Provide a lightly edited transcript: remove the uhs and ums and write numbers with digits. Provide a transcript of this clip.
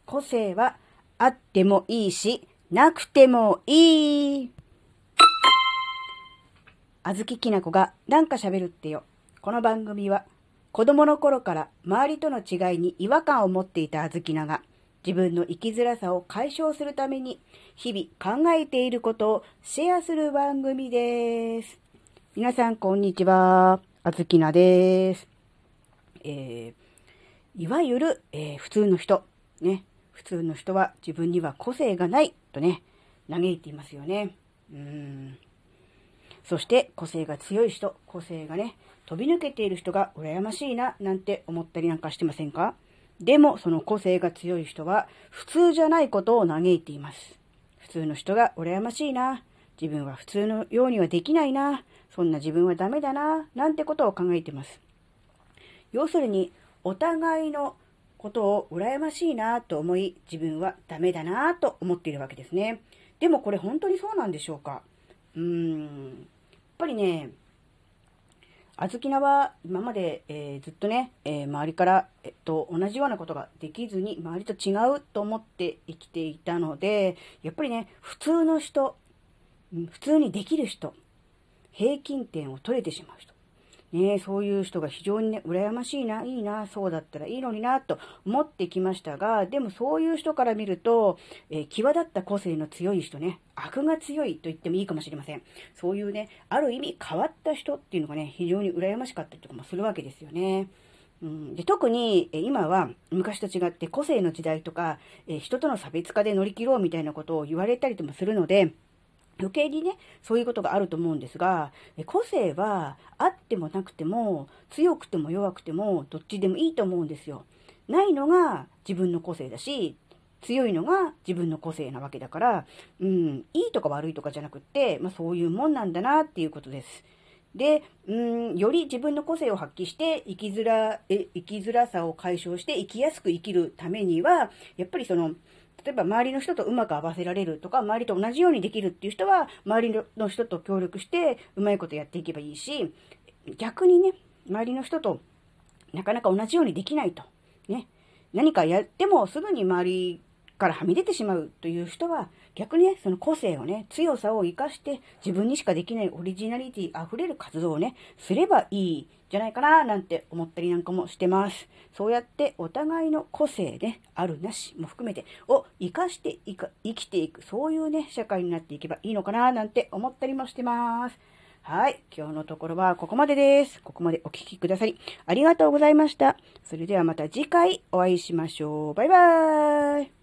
個性はあってもいいし、なくてもいい。あずききなこがなんか喋るってよ。この番組は子供の頃から周りとの違いに違和感を持っていたあずきなが自分の生きづらさを解消するために日々考えていることをシェアする番組です。皆さんこんにちは。あずきなです。いわゆる、普通の人。ね。普通の人は自分には個性がないとね、嘆いていますよね。そして個性が強い人、個性がね、飛び抜けている人が羨ましいななんて思ったりなんかしてませんか？でもその個性が強い人は普通じゃないことを嘆いています。普通の人が羨ましいな。自分は普通のようにはできないな。そんな自分はダメだな。なんてことを考えています。要するに、お互いのことを羨ましいなと思い、自分はダメだなと思っているわけですね。でもこれ本当にそうなんでしょうか？やっぱりね、あずきなは今まで、ずっとね、周りから、同じようなことができずに周りと違うと思って生きていたので、やっぱりね、普通の人、普通にできる人、平均点を取れてしまう人、ね、そういう人が非常にね、羨ましいな、いいな、そうだったらいいのにな、と思ってきましたが、でもそういう人から見ると、際立った個性の強い人ね、悪が強いと言ってもいいかもしれません。そういうね、ある意味変わった人っていうのがね、非常に羨ましかったりとかもするわけですよね。で特に今は昔と違って個性の時代とか、人との差別化で乗り切ろうみたいなことを言われたりともするので、余計にね、そういうことがあると思うんですが、個性はあってもなくても、強くても弱くても、どっちでもいいと思うんですよ。ないのが自分の個性だし、強いのが自分の個性なわけだから、いいとか悪いとかじゃなくって、そういうもんなんだなっていうことです。で、より自分の個性を発揮して生きづらさを解消して生きやすく生きるためには、やっぱり例えば周りの人とうまく合わせられるとか、周りと同じようにできるっていう人は、周りの人と協力してうまいことやっていけばいいし、逆にね、周りの人となかなか同じようにできないと。ね。何かやってもすぐに周りからはみ出てしまうという人は、逆にね、その個性をね、強さを活かして、自分にしかできないオリジナリティ溢れる活動をね、すればいいじゃないかな、なんて思ったりなんかもしてます。そうやってお互いの個性ね、あるなしも含めて、を活かして生きていく、そういうね、社会になっていけばいいのかな、なんて思ったりもしてます。はい。今日のところはここまでです。ここまでお聞きくださりありがとうございました。それではまた次回お会いしましょう。バイバーイ。